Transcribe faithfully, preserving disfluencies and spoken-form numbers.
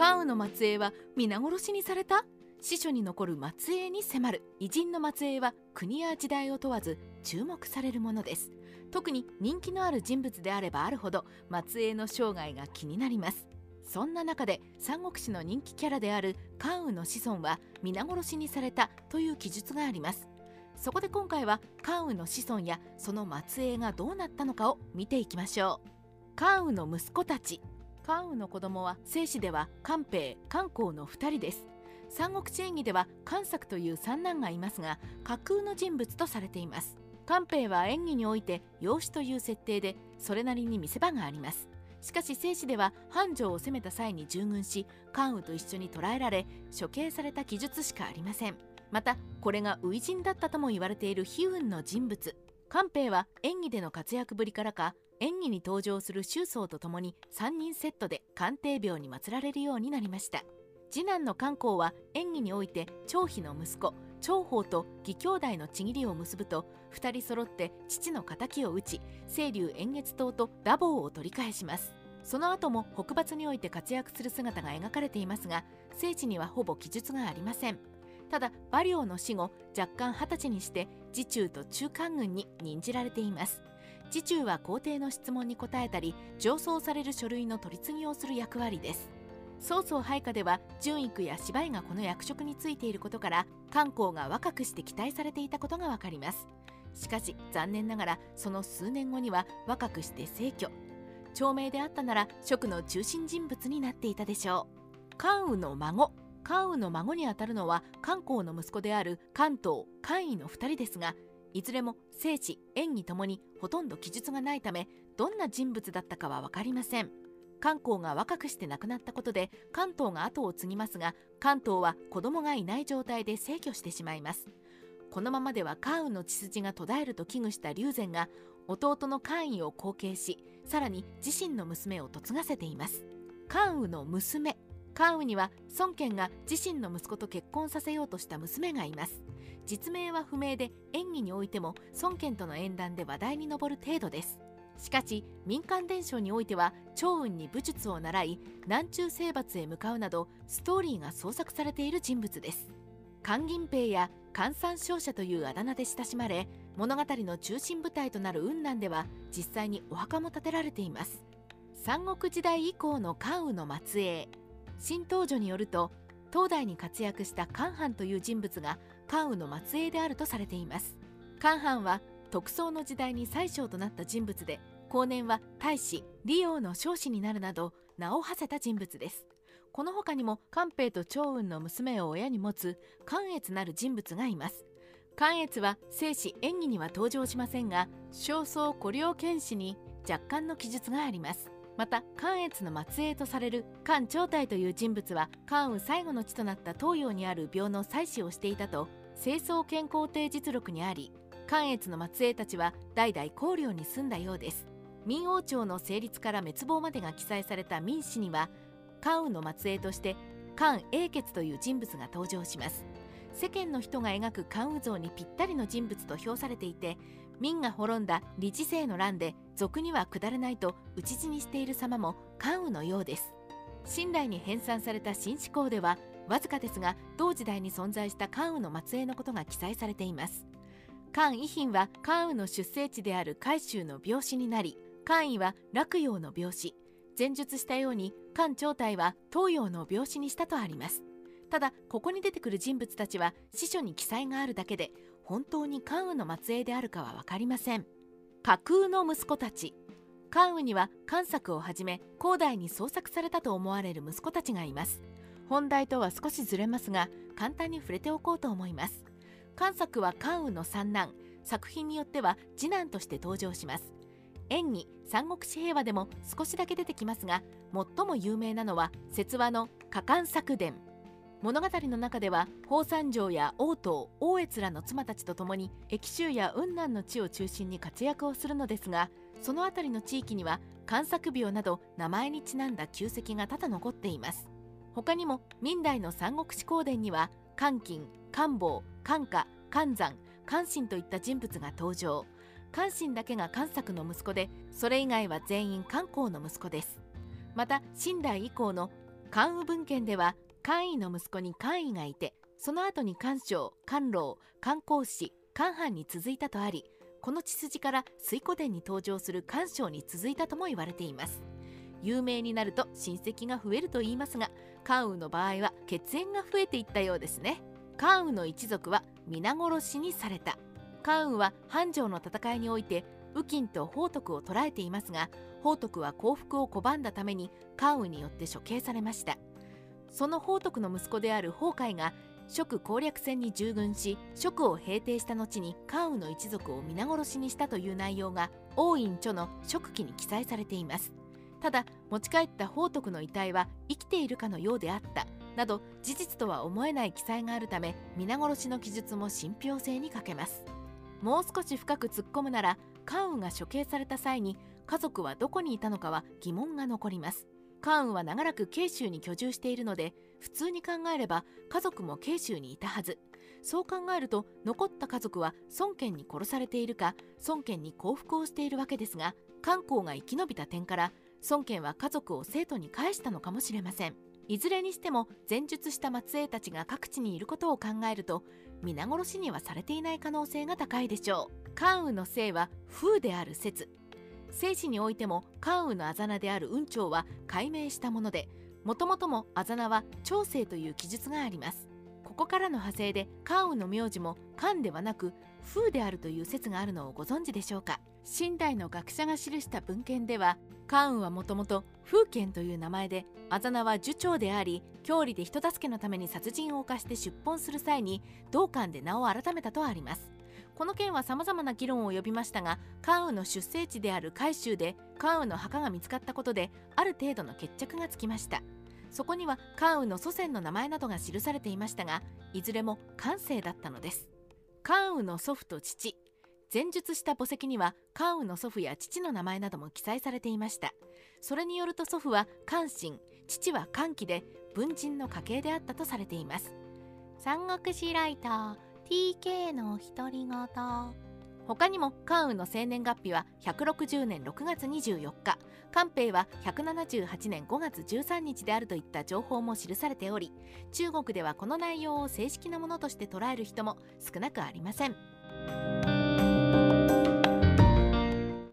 関羽の末裔は皆殺しにされた。史書に残る末裔に迫る。偉人の末裔は国や時代を問わず注目されるものです。特に人気のある人物であればあるほど末裔の生涯が気になります。そんな中で三国志の人気キャラである関羽の子孫は皆殺しにされたという記述があります。そこで今回は関羽の子孫やその末裔がどうなったのかを見ていきましょう。関羽の息子たち。関羽の子供は正史では関平、関公のふたりです。三国志演義では関作という三男がいますが架空の人物とされています。関平は演義において養子という設定でそれなりに見せ場があります。しかし正史では繁盛を攻めた際に従軍し関羽と一緒に捕らえられ処刑された記述しかありません。またこれが初陣だったとも言われている悲運の人物。関平は演義での活躍ぶりからか演義に登場する周宗とともにさんにんセットで関帝廟に祀られるようになりました。次男の関公は演義において張飛の息子張宝と義兄弟の契りを結ぶとふたり揃って父の敵を討ち青龍偃月刀と打棒を取り返します。その後も北伐において活躍する姿が描かれていますが正史にはほぼ記述がありません。ただ馬良の死後若干はたちにして侍中と中官軍に任じられています。侍中は皇帝の質問に答えたり上奏される書類の取り次ぎをする役割です。曹操配下では順育や芝居がこの役職についていることから関公が若くして期待されていたことがわかります。しかし残念ながらその数年後には若くして逝去。長命であったなら職の中心人物になっていたでしょう。関羽の孫。関羽の孫にあたるのは関公の息子である関東、関羽のふたりですがいずれも正史、演義ともにほとんど記述がないためどんな人物だったかは分かりません。関公が若くして亡くなったことで関東が後を継ぎますが関東は子供がいない状態で逝去してしまいます。このままでは関羽の血筋が途絶えると危惧した龍禅が弟の関羽を後継しさらに自身の娘を嫁がせています。関羽の娘。関羽には孫権が自身の息子と結婚させようとした娘がいます。実名は不明で演義においても孫権との縁談で話題に上る程度です。しかし民間伝承においては趙雲に武術を習い南中征伐へ向かうなどストーリーが創作されている人物です。関銀平や関三少佐というあだ名で親しまれ物語の中心舞台となる雲南では実際にお墓も建てられています。三国時代以降の関羽の末裔。新東序によると東大に活躍した関羽という人物が関羽の末裔であるとされています。関羽は徳宗の時代に宰相となった人物で後年は太子、李王の彰子になるなど名を馳せた人物です。この他にも関平と趙雲の娘を親に持つ関越なる人物がいます。関越は正史演義には登場しませんが正宗古領剣士に若干の記述があります。また関越の末裔とされる関長太という人物は関羽最後の地となった東洋にある廟の祭祀をしていたと清宗健康帝実録にあり関越の末裔たちは代々公領に住んだようです。明王朝の成立から滅亡までが記載された明史には関羽の末裔として関英傑という人物が登場します。世間の人が描く関羽像にぴったりの人物と評されていて明が滅んだ李治世の乱で俗には下れないと討ち死にしている様も関羽のようです。清代に編纂された新史稿ではわずかですが同時代に存在した関羽の末裔のことが記載されています。関遺品は関羽の出生地である海州の病死になり関羽は洛陽の病死、前述したように関長太は東洋の病死にしたとあります。ただここに出てくる人物たちは史書に記載があるだけで本当に関羽の末裔であるかは分かりません。架空の息子たち。関羽には関作をはじめ後代に創作されたと思われる息子たちがいます。本題とは少しずれますが簡単に触れておこうと思います。関作は関羽の三男、作品によっては次男として登場します。演義、三国志平和でも少しだけ出てきますが最も有名なのは説話の加冠作伝。物語の中では宝山城や王東、王越らの妻たちと共に益州や雲南の地を中心に活躍をするのですがその辺りの地域には関作廟など名前にちなんだ旧跡が多々残っています。他にも明代の三国志講伝には関金、関坊、関家、関山、関心といった人物が登場。関心だけが関作の息子でそれ以外は全員関公の息子です。また清代以降の関羽文献では関羽の息子に関羽がいて、その後に関将、関老、関公子、関藩に続いたとあり、この血筋から水滸伝に登場する関将に続いたとも言われています。有名になると親戚が増えると言いますが、関羽の場合は血縁が増えていったようですね。関羽の一族は皆殺しにされた。関羽は繁昌の戦いにおいて右近と宝徳を捕らえていますが、宝徳は降伏を拒んだために関羽によって処刑されました。その宝徳の息子である宝海が蜀攻略戦に従軍し、蜀を平定した後に関羽の一族を皆殺しにしたという内容が王院著の蜀記に記載されています。ただ、持ち帰った宝徳の遺体は生きているかのようであったなど、事実とは思えない記載があるため、皆殺しの記述も信憑性に欠けます。もう少し深く突っ込むなら、関羽が処刑された際に家族はどこにいたのかは疑問が残ります。関羽は長らく慶州に居住しているので、普通に考えれば家族も慶州にいたはず。そう考えると、残った家族は孫権に殺されているか、孫権に降伏をしているわけですが、関公が生き延びた点から孫権は家族を生徒に返したのかもしれません。いずれにしても前述した末裔たちが各地にいることを考えると、皆殺しにはされていない可能性が高いでしょう。関羽の姓は風である説。正史においても関羽のあざ名である雲長は改名したもので、もともともあざ名は長生という記述があります。ここからの派生で関羽の名字も関ではなく風であるという説があるのをご存知でしょうか。清代の学者が記した文献では、関羽はもともと風賢という名前で、あざ名は寿長であり、郷里で人助けのために殺人を犯して出奔する際に同館で名を改めたとあります。この件は様々な議論を呼びましたが、関羽の出生地である海州で関羽の墓が見つかったことで、ある程度の決着がつきました。そこには関羽の祖先の名前などが記されていましたが、いずれも関姓だったのです。関羽の祖父と父、前述した墓石には関羽の祖父や父の名前なども記載されていました。それによると祖父は関心、父は関喜で文人の家系であったとされています。三国志ライター ティーケー の独り言。他にも関羽の生年月日はひゃくろくじゅうねんろくがつにじゅうよっか、関平はひゃくななじゅうはちねんごがつじゅうさんにちであるといった情報も記されており、中国ではこの内容を正式なものとして捉える人も少なくありません。